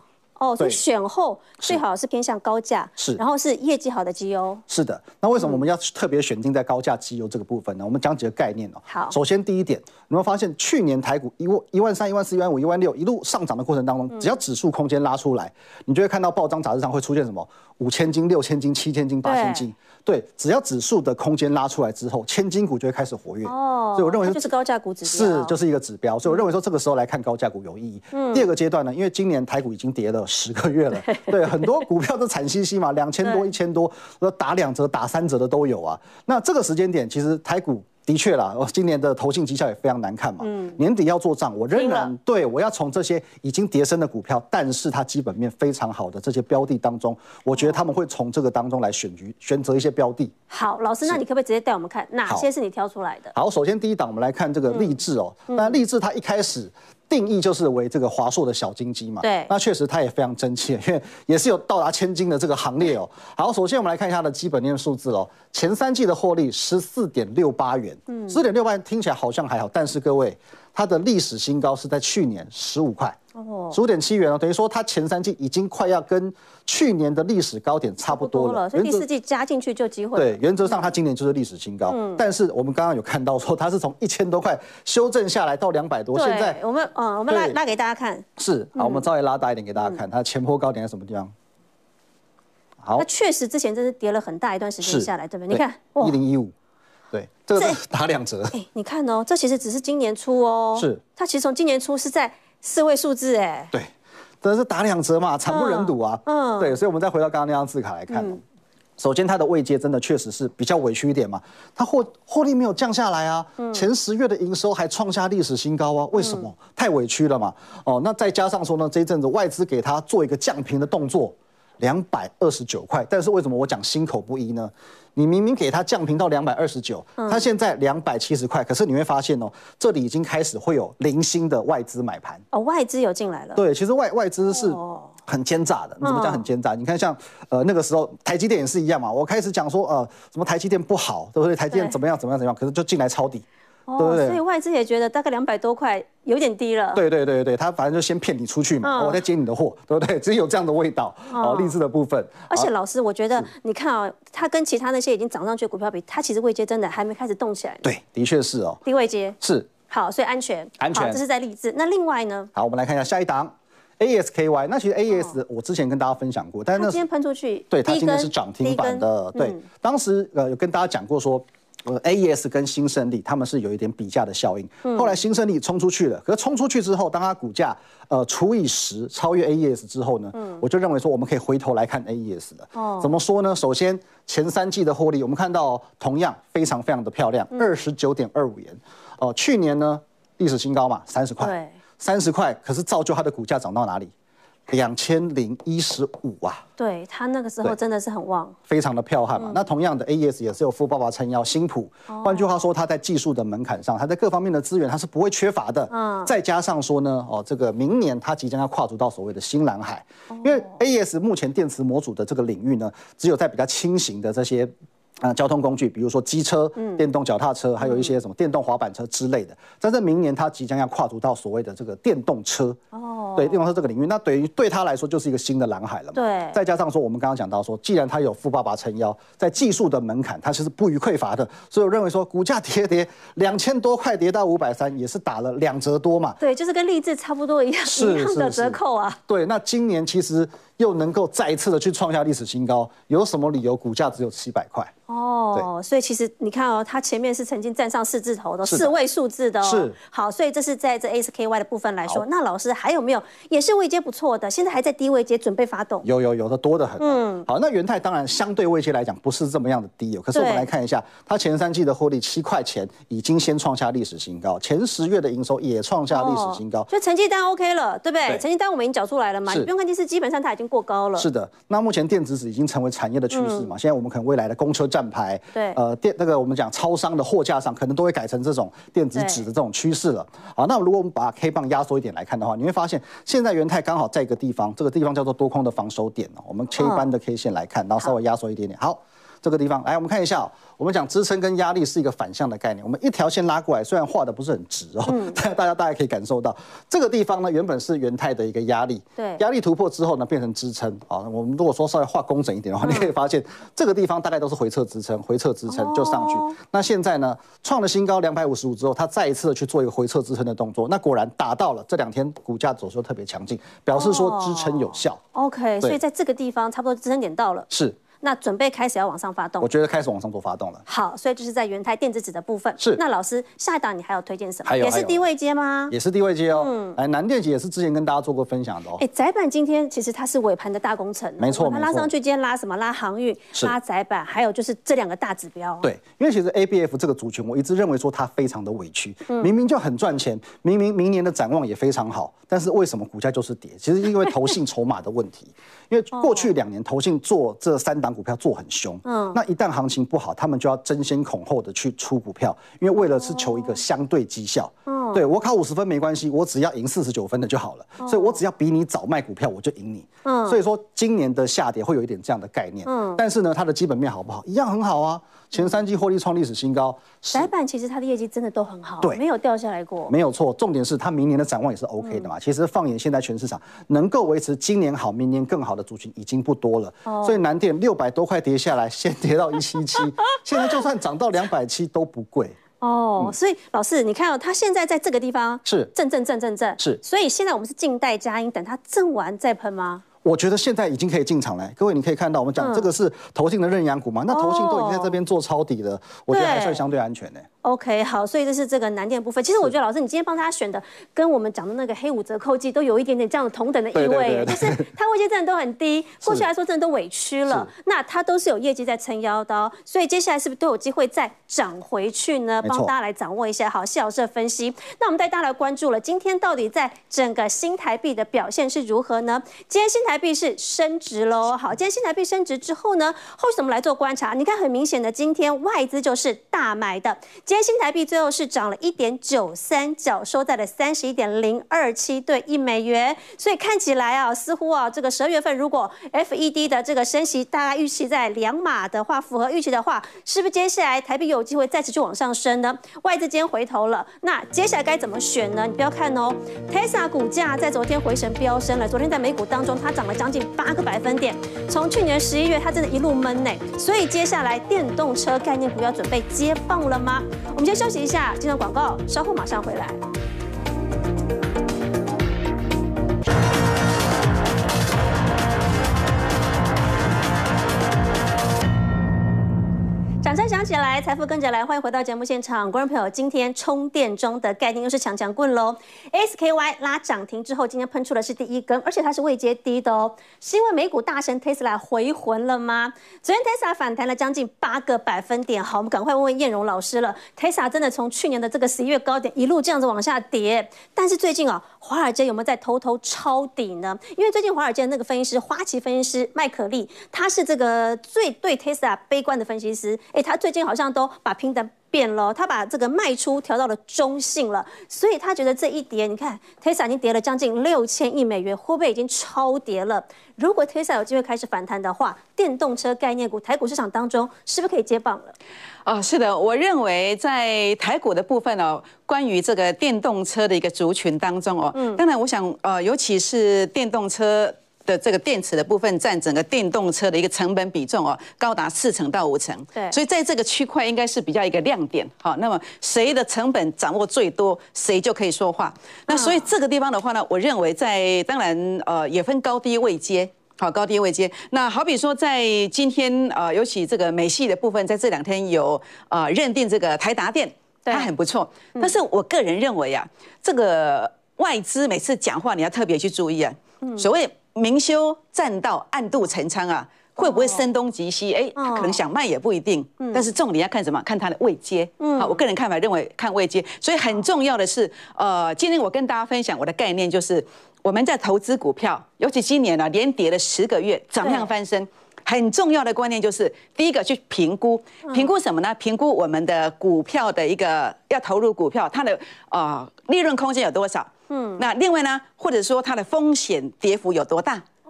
哦，所以选后最好是偏向高价， 是， 然后是业绩好的绩优。 是的，那为什么我们要特别选定在高价绩优这个部分呢？我们讲几个概念哦。 好， 首先第一点，你会发现去年台股13000、14000、15000、16000一路上涨的过程当中，只要指数空间拉出来，你就会看到报章杂志上会出现什么5000金、6000金、7000金、8000金。对，只要指数的空间拉出来之后，千金股就会开始活跃。哦，所以我认为就是高价股指标， 是就是一个指标。所以我认为说这个时候来看高价股有意义。第二个阶段呢，因为今年台股已经跌了10个月了，对，很多股票都惨兮兮嘛，2000多、1000多，打2折、打3折的都有啊。那这个时间点，其实台股的确啦，今年的投信绩效也非常难看嘛。年底要做账，我仍然对我要从这些已经跌升的股票，但是它基本面非常好的这些标的当中，我觉得他们会从这个当中来选择一些标的。 好，老师，那你可不可以直接带我们看哪些是你挑出来的？ 好，首先第一档我们来看这个励志哦。那励志它一开始定义就是为这个华硕的小金鸡嘛。 对。那确实它也非常真切，因为也是有到达千金的这个行列哦。好，首先我们来看一下它的基本面数字哦。前3季的获利14.68元，14.68元听起来好像还好，但是各位，它的历史新高是在去年15块。15.7元哦，等于说它前3季已经快要跟去年的历史高点差不多了， 所以第4季加进去就机会。 对，原则上它今年就是历史新高，但是我们刚刚有看到说它是从1000多块修正下来到200多，现在我们拉给大家看。 是，好，我们稍微拉大一点给大家看，它前波高点在什么地方？好， 那确实之前真是跌了很大一段时间下来，对不对？你看 ，1015。对，这个是打2折。 你看哦，这其实只是今年初哦。 是。 它其实从今年初是在4位数字哎。 对，但是打2折嘛，惨不忍睹啊。对，所以我们再回到刚刚那张字卡来看。首先它的位阶真的确实是比较委屈一点嘛，它获利没有降下来啊，前10月的营收还创下历史新高啊，为什么？太委屈了嘛。哦，那再加上说呢，这一阵子外资给它做一个降评的动作。229块，但是为什么我讲心口不一呢？你明明给它降评到229，它现在270块，可是你会发现哦，这里已经开始会有零星的外资买盘哦，外资有进来了。 对，其实外资是很奸诈的。你怎么讲很奸诈？你看像那个时候台积电也是一样嘛，我开始讲说什么台积电不好，对不对？台积电怎么样，可是就进来抄底。 哦，所以外资也觉得大概200多块有点低了。 对，他反正就先骗你出去嘛，我再接你的货，对不对？只是有这样的味道哦，励志的部分。 而且老师，我觉得你看啊，它跟其他那些已经涨上去的股票比，它其实位阶真的还没开始动起来。 对，的确是哦， 低位阶是。 好，所以安全。好，这是在励志。那另外呢？ 好，我们来看一下下一档。ASKY， 那其实 AS 我之前跟大家分享过，但是它今天喷出去， 对，它今天是涨停板的，对，当时有跟大家讲过说。AES 跟新胜利他们是有一点比价的效应，后来新胜利冲出去了，可是冲出去之后，当它股价除以10超越 AES 之后呢，我就认为说我们可以回头来看 AES 的。怎么说呢？首先前3季的获利，我们看到同样非常的漂亮，29.25元。去年呢历史新高嘛，30块，30块，可是造就它的股价涨到哪里？2015啊， 对，它那个时候真的是很旺， 非常的彪悍嘛。那同样的 AES 也是有富爸爸撑腰，新普。换句话说，它在技术的门槛上，它在各方面的资源它是不会缺乏的。再加上说呢，这个明年它即将要跨足到所谓的新蓝海，因为 AES 目前电池模组的这个领域呢，只有在比较轻型的这些。交通工具，比如说机车、电动脚踏车，还有一些什么电动滑板车之类的。但是明年它即将要跨足到所谓的这个电动车，对电动车这个领域，那对他来说就是一个新的蓝海了嘛。 对， 再加上说我们刚刚讲到说，既然它有富爸爸撑腰，在技术的门槛它其实不予匮乏的，所以我认为说股价跌2000多块跌到530，也是打了2折多嘛。 对，就是跟励志差不多一样的折扣啊。 对，那今年其实又能够再一次的去创下历史新高，有什么理由股价只有700块？ 所以其实你看哦，它前面是曾经站上4字头的4位数字的哦。 是。 好，所以这是在这 ASKY 的部分来说，那老师还有没有也是位阶不错的，现在还在低位阶准备发动？ 有的多得很。好，那元泰当然相对位阶来讲不是这么样的低哦，可是我们来看一下，它前3季的获利7块钱已经先创下历史新高，前10月的营收也创下历史新高， 就成绩单 OK 了，对不对？成绩单我们已经缴出来了嘛，你不用看第4，基本上它已经过高了。 是的，那目前电子纸已经成为产业的趋势嘛，现在我们可能未来的公车站牌， 对。 那个我们讲超商的货架上，可能都会改成这种电子纸的这种趋势了。好，那如果我们把 K 棒压缩一点来看的话，你会发现现在元泰刚好在一个地方，这个地方叫做多空的防守点哦。我们切一般的 K 线来看，然后稍微压缩一点点。好， 这个地方，来我们看一下，我们讲支撑跟压力是一个反向的概念。我们一条线拉过来，虽然画的不是很直哦，但大家大概可以感受到，这个地方呢原本是元泰的一个压力， 对， 压力突破之后呢变成支撑啊。我们如果说稍微画工整一点的话，你可以发现这个地方大概都是回撤支撑，回撤支撑就上去。那现在呢创了新高255之后，它再一次的去做一个回撤支撑的动作，那果然达到了。这2天股价走势特别强劲，表示说支撑有效。 OK， 所以在这个地方差不多支撑点到了。 是。 那准备开始要往上发动， 我觉得开始往上做发动了。 好，所以这是在元泰电子纸的部分。 是。 那老师下一档你还有推荐什么？ 还有也是低位接吗？ 也是低位接哦。来，南电也是之前跟大家做过分享的哦。 载板今天其实它是尾盘的大工程， 没错， 它拉上去，今天拉什么？拉航运，拉载板，还有就是这2个大指标。 对，因为其实 ABF 这个族群，我一直认为说它非常的委屈，明明就很赚钱，明明明年的展望也非常好，但是为什么股价就是跌？其实因为投信筹码的问题。因为过去2年投信做这3档股票做很凶，那一旦行情不好，他们就要争先恐后的去出股票，因为为了是求一个相对绩效。对，我考50分没关系，我只要赢49分的就好了，所以我只要比你早卖股票，我就赢你。所以说今年的下跌会有一点这样的概念，但是呢，它的基本面好不好？一样很好啊。前3季获利创历史新高， 载板其实它的业绩真的都很好， 对， 没有掉下来过， 没有错。重点是它明年的展望也是 OK 的嘛。其实放眼现在全市场，能够维持今年好、明年更好的族群已经不多了。所以南电600多块跌下来，先跌到177，现在就算涨到270都不贵。 所以老师，你看它现在在这个地方是震， 是， 所以现在我们是静待佳音，等它震完再喷吗？ 我觉得现在已经可以进场了。各位，你可以看到，我们讲这个是投信的认养股嘛，那投信都已经在这边做抄底了，我觉得还算相对安全呢。 OK， 好，所以这是这个南电部分。其实我觉得老师，你今天帮他选的，跟我们讲的那个黑五折扣季都有一点点这样的同等的意味，就是它位阶真的都很低，过去来说真的都委屈了，那它都是有业绩在撑腰刀，所以接下来是不是都有机会再涨回去呢？帮大家来掌握一下。好，谢老师的分析。那我们带大家来关注了，今天到底在整个新台币的表现是如何呢？今天新台币是升值喽。好，今天新台币升值之后呢，后续怎么来做观察？你看很明显的，今天外资就是大买的。今天新台币最后是涨了1.93角，收在了31.027对1美元。所以看起来啊，似乎啊，这个12月份如果 FED 的这个升息大概预期在2码的话，符合预期的话，是不是接下来台币有机会再持续往上升呢？外资今天回头了，那接下来该怎么选呢？你不要看哦 ，Tesla 股价在昨天回神飙升了，昨天在美股当中它涨了将近8个百分点，从去年11月它真的一路闷呢。所以接下来电动车概念股要准备接棒了吗？我们先休息一下，进段广告，稍后马上回来。掌声响起来，财富跟着来，欢迎回到节目现场，观众朋友，今天充电中的概念又是强强棍喽。SKY 拉涨停之后，今天喷出的是第一根，而且它是位阶低的哦，是因为美股大神 Tesla 回魂了吗？昨天 Tesla 反弹了将近8个百分点，好，我们赶快问问燕荣老师了。Tesla 真的从去年的这个11月高点一路这样子往下跌，但是最近啊，华尔街有没有在偷偷抄底呢？因为最近华尔街的那个分析师花旗分析师麦可利，他是这个最对 Tesla 悲观的分析师。他最近好像都把平等变了，他把这个卖出调到了中性了，所以他觉得这一跌，你看 Tesla 已经跌了将近6000亿美元，会不会已经超跌了？如果 Tesla 有机会开始反弹的话，电动车概念股台股市场当中是不是可以接棒了？ 是的，我认为在台股的部分哦，关于这个电动车的一个族群当中哦，当然我想尤其是电动车的这个电池的部分占整个电动车的一个成本比重哦，高达40%到50%。 对， 所以在这个区块应该是比较一个亮点。好，那么谁的成本掌握最多，谁就可以说话。那所以这个地方的话呢，我认为当然也分高低位阶。好，高低位阶。那好比说，在今天尤其这个美系的部分，在这2天有认定这个台达电，它很不错。但是我个人认为啊，这个外资每次讲话你要特别去注意啊。所谓明修栈道，暗度陈仓啊，会不会声东击西？他可能想卖也不一定。但是重点要看什么？看它的位阶。好，我个人看法认为看位阶。所以很重要的是，今天我跟大家分享我的概念就是。我们在投资股票，尤其今年连跌了10个月，涨量翻身。很重要的观念就是，第一个去评估什么呢？评估我们的股票的一个要投入股票，它的利润空间有多少？那另外呢，或者说它的风险跌幅有多大？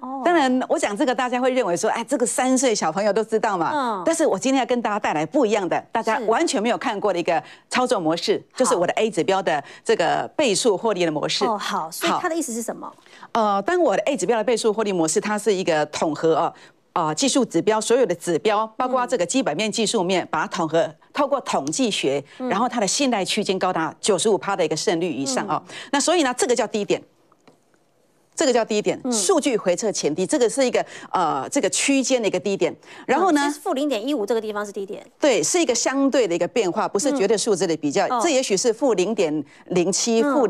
当然，我讲这个大家会认为说，哎，这个3岁小朋友都知道嘛。但是我今天要跟大家带来不一样的，大家完全没有看过的一个操作模式，就是我的 A 指标的这个倍数获利的模式。 好，所以它的意思是什么？ 当我的 A 指标的倍数获利模式，它是一个统合技术指标所有的指标，包括这个基本面、技术面，把它统合，透过统计学，然后它的信赖区间高达95%的一个胜率以上那所以呢，这个叫低点。这个叫低点，数据回测前低，这个是一个这个区间的一个低点。然后呢， 负0.15这个地方是低点， 对，是一个相对的一个变化，不是绝对数字的比较。这也许是负0.07、负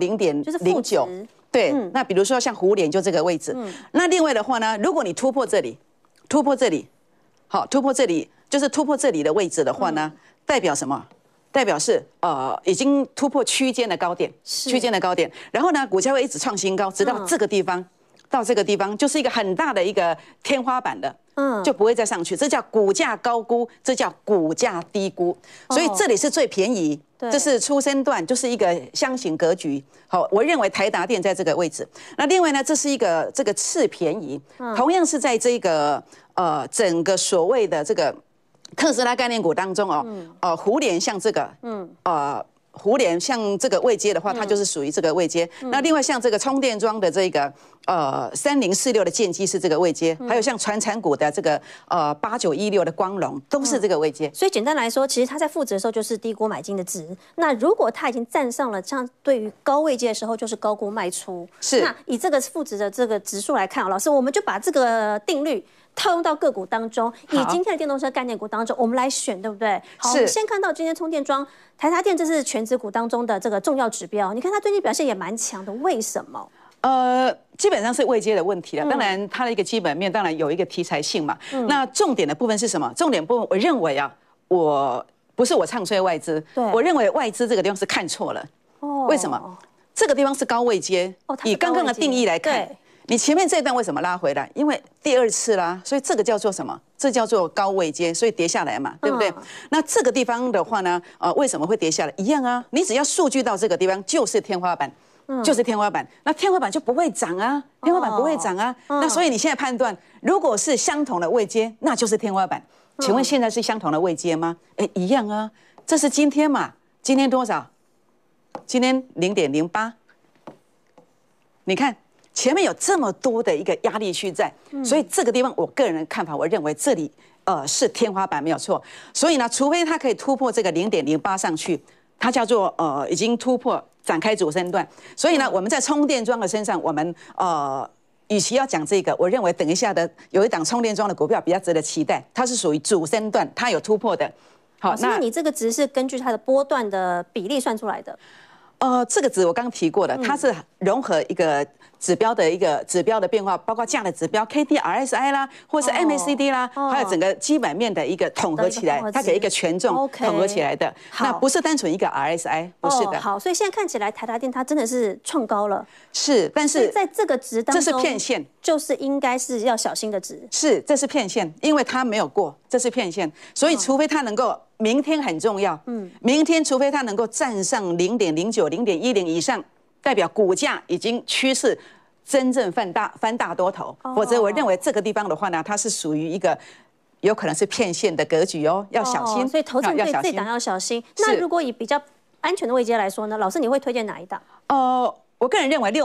0.09，对。那比如说像胡脸就这个位置。那另外的话呢，如果你突破这里，好，突破这里就是突破这里的位置的话呢，代表什么？代表是已经突破区间的高点，然后呢，股价会一直创新高，直到这个地方，到这个地方就是一个很大的一个天花板的，就不会再上去。这叫股价高估，这叫股价低估。所以这里是最便宜，这是初升段，就是一个箱型格局。好，我认为台达电在这个位置。那另外呢，这是一个这个次便宜，同样是在这个整个所谓的这个特斯拉概念股当中胡脸像这个，胡脸像这个位阶的话，它就是属于这个位阶。那另外像这个充电桩的这个3046的剑基是这个位阶，还有像传产股的这个8916的光荣都是这个位阶。 所以简单来说，其实它在负值的时候就是低估买进的值。那如果它已经站上了像对于高位阶的时候，就是高估卖出。 是。 那以这个负值的这个指数来看，老师，我们就把这个定律套用到个股当中，以今天的电动车概念股当中，我们来选，对不对？好，我们先看到今天充电桩，台达电这是全指股当中的这个重要指标。你看它最近表现也蛮强的，为什么？ 基本上是位阶的问题了。当然，它的一个基本面当然有一个题材性嘛。那重点的部分是什么？重点部分，我认为不是我唱衰外资，我认为外资这个地方是看错了。为什么？这个地方是高位阶，以刚刚的定义来看。你前面这一段为什么拉回来？因为第2次啦，所以这个叫做什么？这叫做高位阶，所以跌下来嘛，对不对？那这个地方的话呢，为什么会跌下来？一样啊，你只要数据到这个地方就是天花板，就是天花板，那天花板就不会涨啊，天花板不会涨啊。那所以你现在判断，如果是相同的位阶，那就是天花板。请问现在是相同的位阶吗？一样啊，这是今天嘛？今天多少？今天0.08，你看。前面有这么多的一个压力区在，所以这个地方我个人的看法，我认为这里是天花板没有错。所以呢，除非它可以突破这个0.08上去，它叫做已经突破展开主升段。所以呢，我们在充电桩的身上，我们与其要讲这个，我认为等一下的有一档充电桩的股票比较值得期待，它是属于主升段，它有突破的。 好，那你这个值是根据它的波段的比例算出来的？ 这个值我刚提过的，它是融合一个指标的变化，包括价的指标 KD、RSI 啦，或是 MACD 啦，还有整个基本面的一个统合起来，它给一个权重统合起来的。那不是单纯一个 RSI， 不是的。 好，所以现在看起来台达电它真的是创高了。 是，但是在这个值当中， 这是骗线， 就是应该是要小心的值。 是，这是骗线，因为它没有过，这是骗线，所以除非它能够。明天很重要，明天除非它能够站上0.09、0.10以上，代表股价已经趋势真正翻大多头，否则我认为这个地方的话呢，它是属于一个有可能是骗线的格局哦，要小心。 所以投资人对这档要小心。那如果以比较安全的位阶来说呢，老师你会推荐哪一档？ 我个人认为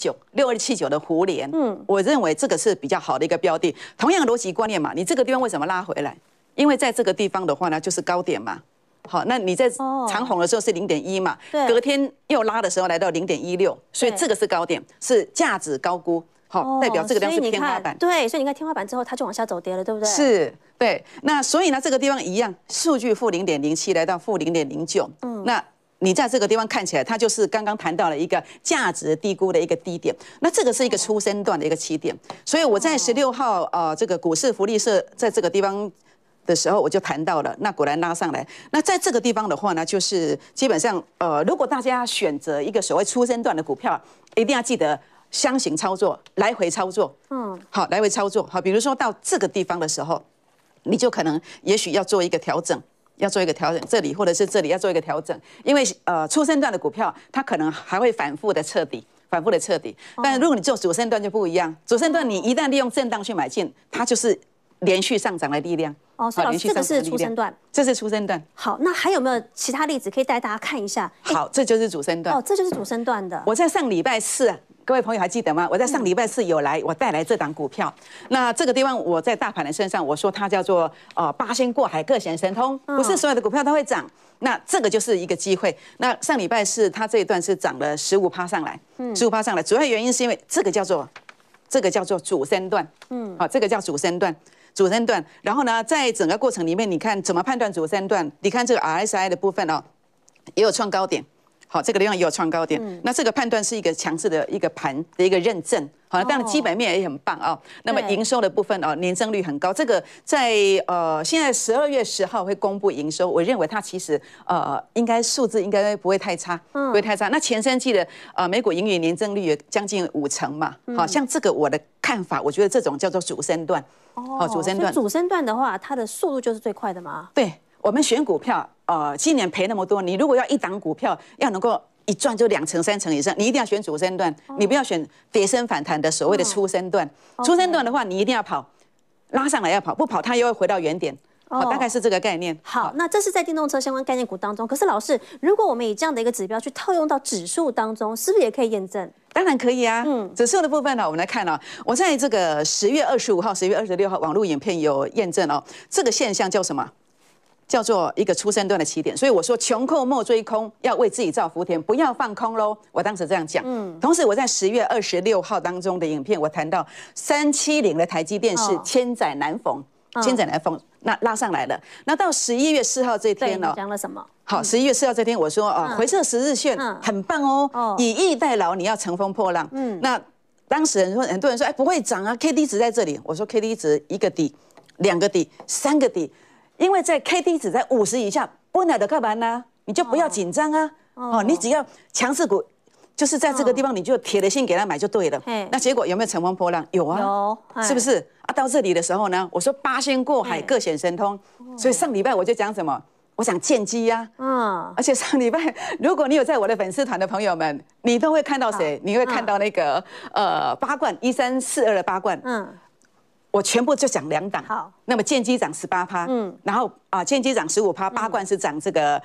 6279的胡联，我认为这个是比较好的一个标的。同样的逻辑观念嘛，你这个地方为什么拉回来？因为在这个地方的话呢，就是高点嘛。好，那你在长红的时候是0.1嘛，隔天又拉的时候来到0.16，所以这个是高点，是价值高估。好，代表这个地方是天花板。 对，所以你看天花板之后，它就往下走跌了，对不对？ 是，对。那所以呢，这个地方一样，数据负0.07来到负0.09。那你在这个地方看起来，它就是刚刚谈到了一个价值低估的一个低点。那这个是一个初升段的一个起点。所以我在16号这个股市福利社在这个地方的时候，我就谈到了，那果然拉上来。那在这个地方的话呢，就是基本上，如果大家选择一个所谓初升段的股票，一定要记得箱型操作，来回操作。好，来回操作。好，比如说到这个地方的时候，你就可能也许要做一个调整。这里或者是这里要做一个调整，因为初升段的股票它可能还会反复的测底， 反复的彻底。但是如果你做主升段就不一样，主升段你一旦利用震荡去买进，它就是连续上涨的力量。 哦，所以老师这个是初升段， 这是初升段。 好，那还有没有其他例子可以带大家看一下？ 好，这就是主升段。 哦，这就是主升段的。 我在上礼拜四，各位朋友还记得吗？我在上礼拜四有来，我带来这档股票。那这个地方我在大盘的身上，我说它叫做八仙过海，各显神通，不是所有的股票都会涨。那这个就是一个机会。那上礼拜四它这一段是涨了15%上来，15%上来，主要原因是因为这个叫做主升段，好，这个叫主升段。主升段，然后呢，在整个过程里面，你看怎么判断主升段？你看这个 RSI 的部分哦，也有创高点，好，这个地方也有创高点。那这个判断是一个强势的一个盘的一个认证，好，当然基本面也很棒啊。那么营收的部分哦，年增率很高。这个在现在12月10号会公布营收，我认为它其实应该数字应该不会太差，不会太差。那前3季的每股盈余年增率也将近50%嘛，好像这个我的看法，我觉得这种叫做主升段。 哦，主升段。主升段的话，它的速度就是最快的吗？ 对，我们选股票，今年赔那么多，你如果要一档股票要能够一赚就2成3成以上，你一定要选主升段，你不要选跌升反弹的所谓的初升段。初升段的话，你一定要跑，拉上来要跑，不跑它又会回到原点。大概是这个概念。 好，那这是在电动车相关概念股当中。可是老师，如果我们以这样的一个指标去套用到指数当中，是不是也可以验证？ 当然可以啊。指数的部分呢，我们来看哦。我在这个10月25号、10月26号网络影片有验证哦。这个现象叫什么？叫做一个初升段的起点。所以我说，穷寇莫追空，要为自己造福田，不要放空喽。我当时这样讲。同时我在10月26号当中的影片，我谈到370的台积电是千载难逢。千载难逢，那拉上来了。那到11月4号这天呢？ 讲了什么？ 好，11月4号这天我说回撤10日线很棒哦，以逸待劳，你要乘风破浪。那当时很多人说，哎，不会涨啊 ，K D 值在这里。我说 K D 值1个底、2个底、3个底，因为在 K D 值在50以下，本来的干嘛呢？你就不要紧张啊。你只要强势股。就是在这个地方，你就铁了心给他买就对了。那结果有没有乘风破浪？有啊，有，是不是啊？到这里的时候呢，我说八仙过海，各显神通。所以上礼拜我就讲什么？我讲剑机呀。而且上礼拜，如果你有在我的粉丝团的朋友们，你都会看到谁？你会看到那个八冠1342的八冠。我全部就讲2档。好，那么剑机涨18%，然后剑机涨15%，八冠是涨这个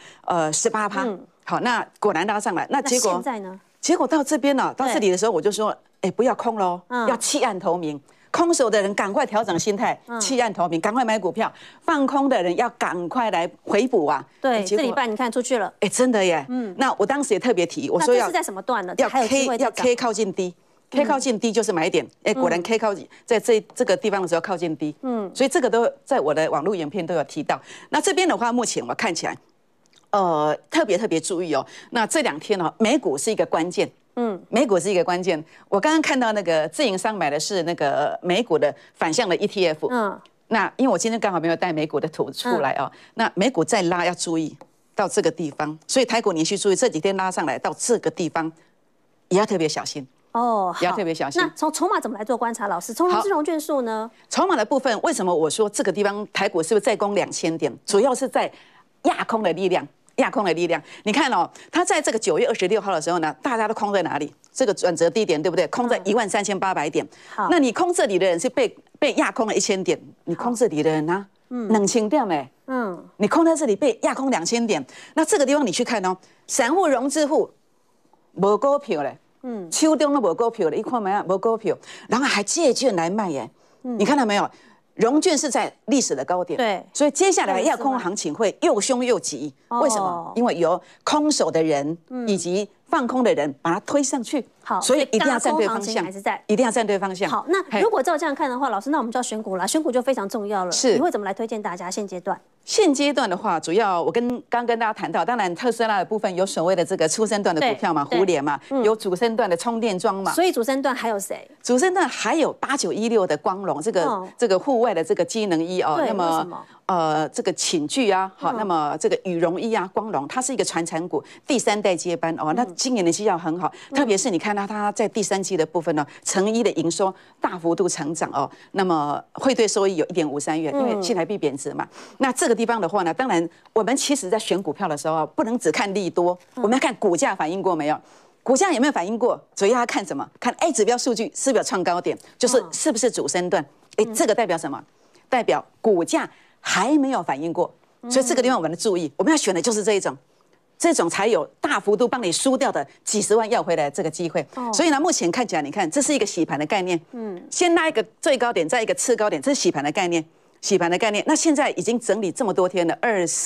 18%。好，那果然拉上来。那结果现在呢？ 结果到这边了，到这里的时候我就说，哎，不要空喽，要弃暗投明。空手的人赶快调整心态，弃暗投明，赶快买股票；放空的人要赶快来回补啊。 对，这礼拜你看出去了， 哎，真的耶。那我当时也特别提，我说要是在什么段呢？ 要 K 靠近低。K 靠近低就是买点，哎，果然 K 靠近在这个地方的时候靠近低，所以这个都在我的网络影片都有提到。那这边的话，目前我看起来。特别注意哦。那这2天哦，美股是一个关键，美股是一个关键。我刚刚看到那个自营商买的是那个美股的反向的 ETF，那因为我今天刚好没有带美股的图出来哦，那美股再拉要注意到这个地方，所以台股你去注意这几天拉上来到这个地方，也要特别小心。也要特别小心。 那从筹码怎么来做观察？老师，从融资融券数呢？ 筹码的部分，为什么我说这个地方台股是不是再攻2000点？主要是在压空的力量。压空的力量，你看哦，它在这个9月26号的时候呢，大家都空在哪里？这个转折低点对不对？空在13800点。那你空这里的人是被压空了1000点，你空这里的人呢，2000点哎，你空在这里被压空2000点，那这个地方你去看哦，散户融资户没股票嘞，手中都没股票了，一看没有没股票，然后还借券来卖耶，你看到没有？融券是在历史的高点， 对， 所以接下来要空行情会又凶又急。为什么？因为有空手的人以及放空的人把它推上去。 好， 所以一定要站对方向，一定要站对方向。 好，那如果照这样看的话，老师，那我们就要选股了，选股就非常重要了。 是， 你会怎么来推荐大家现阶段？ 现阶段的话，主要我刚跟大家谈到，当然特斯拉的部分有所谓的这个初升段的股票嘛，胡联嘛，有主升段的充电桩嘛。 所以主升段还有谁？ 主升段还有8916的光荣，这个户外的这个机能衣哦。 那么这个寝具啊，好，那么这个羽绒衣啊，光荣，它是一个传产股，第3代接班哦。那今年的绩效很好，特别是你看到它在第3季的部分呢，成衣的营收大幅度成长哦。那么汇兑收益有1.53元，因为新台币贬值嘛。那这个地方的话呢，当然我们其实在选股票的时候，不能只看利多，我们要看股价反应过没有。 股价有没有反应过？主要要看什么？看 A 指标数据是不是有创高点，就是是不是主升段？这个代表什么？代表股价还没有反应过。所以这个地方我们要注意，我们要选的就是这一种。这种才有大幅度帮你输掉的几十万要回来这个机会，所以呢，目前看起来，你看这是一个洗盘的概念，先拉一个最高点，再一个次高点，这是洗盘的概念，洗盘的概念。那现在已经整理这么多天了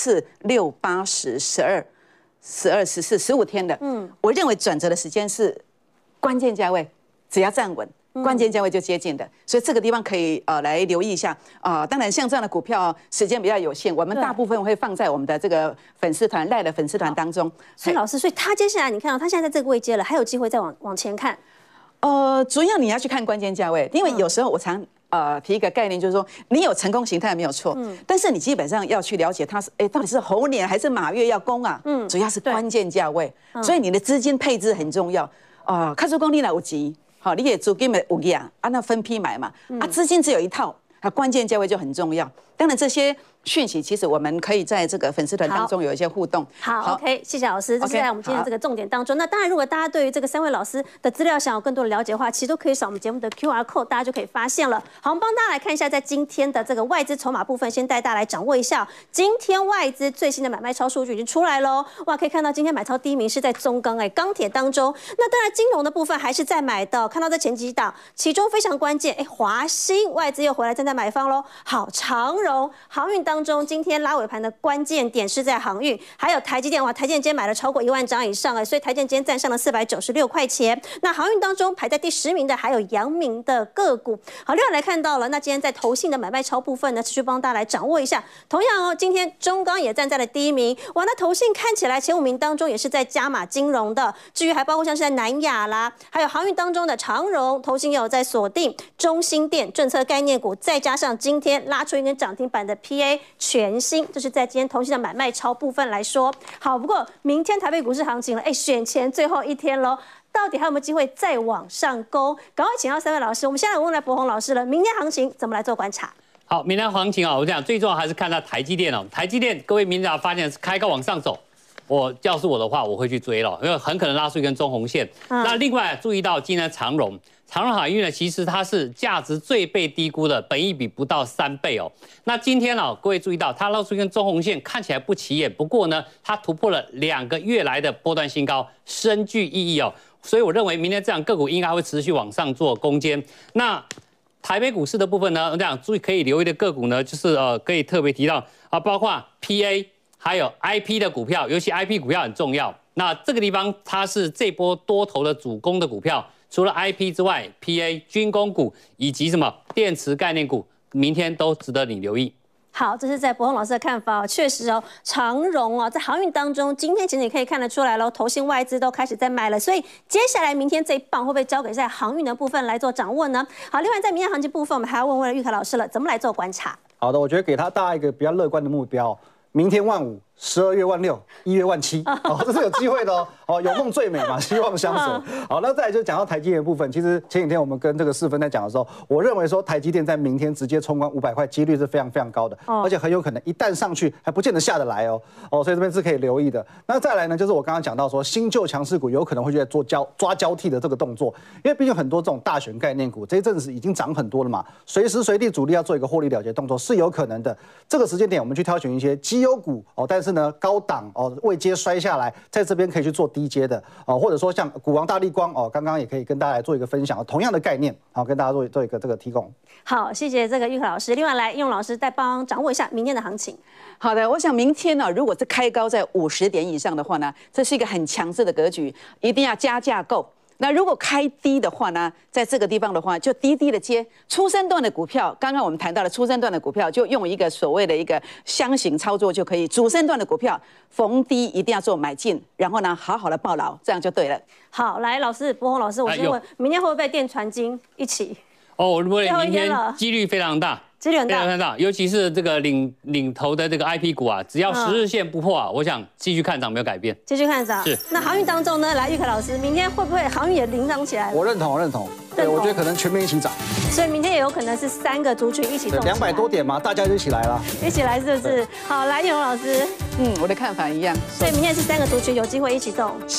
，2、4、6、8、10、12、12、14、15天了，我认为转折的时间是关键价位，只要站稳。关键价位就接近的，所以这个地方可以来留意一下啊。当然，像这样的股票时间比较有限，我们大部分会放在我们的这个粉丝团赖的粉丝团当中。 所以老师，所以他接下来你看到他现在在这个位阶了，还有机会再往前看。 主要你要去看关键价位，因为有时候我常提一个概念，就是说你有成功形态没有错，但是你基本上要去了解它是到底是猴年还是马月要攻啊？主要是关键价位，所以你的资金配置很重要看出功力来有急。好，你也资金的有量，那分批买嘛，资金只有一套，关键价位就很重要。当然这些讯息其实我们可以在这个粉丝团当中有一些互动。 好 ，OK， 谢谢老师，这是在我们今天这个重点当中。那当然，如果大家对于这个3位老师的资料想有更多的了解的话，其实都可以扫我们节目的 QR code， 大家就可以发现了。好，我们帮大家来看一下，在今天的这个外资筹码部分，先带大家来掌握一下。今天外资最新的买卖超数据已经出来喽，哇，可以看到今天买超第一名是在中钢钢铁当中。那当然，金融的部分还是在买的，看到这前几档，其中非常关键，华兴外资又回来正在买方喽。好，长荣、航运当中，今天拉尾盘的关键点是在航运，还有台积电。哇，台积电今天买了超过1万张以上所以台积电今天站上了496块钱。那航运当中排在第10名的还有阳明的个股。好，另外来看到了，那今天在投信的买卖超部分呢，持续帮大家来掌握一下。同样今天中钢也站在了第1名。哇，那投信看起来前5名当中也是在加码金融的，至于还包括像是在南亚啦，还有航运当中的长荣，投信也有在锁定中兴电政策概念股，再加上今天拉出一根涨停板的 PA 全新，这是在今天投信的买卖超部分来说。好，不过明天台北股市行情了，选前最后一天喽，到底还有没有机会再往上攻？赶快请到3位老师，我们现在问来柏宏老师了，明天行情怎么来做观察？ 好，明天行情我讲最重要还是看到台积电台积电各位明天发现是开高往上走，要是我的话，我会去追了，因为很可能拉出一根中红线。那另外注意到今天长荣海运呢，其实它是价值最被低估的，本益比不到3倍那今天各位注意到它拉出一根中红线，看起来不起眼，不过呢，它突破了2个月来的波段新高，深具意义所以我认为明天这样个股应该会持续往上做攻坚。那台北股市的部分呢，我讲注意可以留意的个股呢，就是可以特别提到包括 PA 还有 IP 的股票，尤其 IP 股票很重要。那这个地方它是这波多头的主攻的股票。除了 IP 之外 ，PA 军工股以及什么电池概念股，明天都值得你留意。 好，这是在柏宏老师的看法确实长荣在航运当中，今天其实你可以看得出来投信外资都开始在买了，所以接下来明天这一棒会不会交给在航运的部分来做掌握呢？好，另外在明天行情部分，我们还要问玉凯老师了，怎么来做观察？ 好的，我觉得给大家一个比较乐观的目标，明天15000。12月16000，1月17000，这是有机会的有梦最美嘛，希望相随。好，那再来就讲到台积电的部分，其实前几天我们跟这个4分在讲的时候，我认为说台积电在明天直接冲关500块，几率是非常非常高的，而且很有可能一旦上去还不见得下得来所以这边是可以留意的。那再来呢，就是我刚刚讲到说新旧强势股有可能会去做抓交替的这个动作，因为毕竟很多这种大选概念股这一阵子已经涨很多了嘛，随时随地主力要做一个获利了结动作是有可能的。这个时间点我们去挑选一些绩优股但是呢高档位阶摔下来，在这边可以去做低阶的或者说像股王大立光刚刚也可以跟大家来做一个分享，同样的概念跟大家做一个这个提供。 好，谢谢这个玉凯老师。另外来应用老师再帮掌握一下明天的行情。 好的，我想明天如果是开高在50点以上的话呢，这是一个很强势的格局，一定要加价购。那如果开低的话呢，在这个地方的话，就低低的接初升段的股票。刚刚我们谈到了初升段的股票，就用一个所谓的一个箱型操作就可以。主升段的股票逢低一定要做买进，然后呢，好好的抱牢，这样就对了。 好，来，老师，柏宏老师，我先问，明天会不会电传金一起？ 我认为明天几率非常大。 几率很大， 非常大，尤其是这个领头的这个 IP 股只要10日线不破我想继续看涨没有改变。 继续看涨是。 那航运当中呢，来玉凯老师，明天会不会航运也领涨起来？ 我认同。对，我觉得可能全面一起涨。 所以明天也有可能是3个族群一起动起来。 200多点嘛，大家就一起来了。 一起来是不是？好，来叶荣老师。 我的看法一样。 所以明天是3个族群有机会一起动。 是。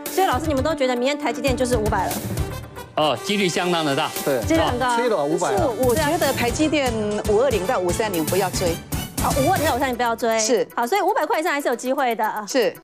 所以老师，你们都觉得明天台积电就是500了？ 哦，几率相当的大。 对， 几率很高。 切了500了。 我觉得台积电520到530不要追。 好，520到530不要追。 是。 好，所以500块以上还是有机会的。 是。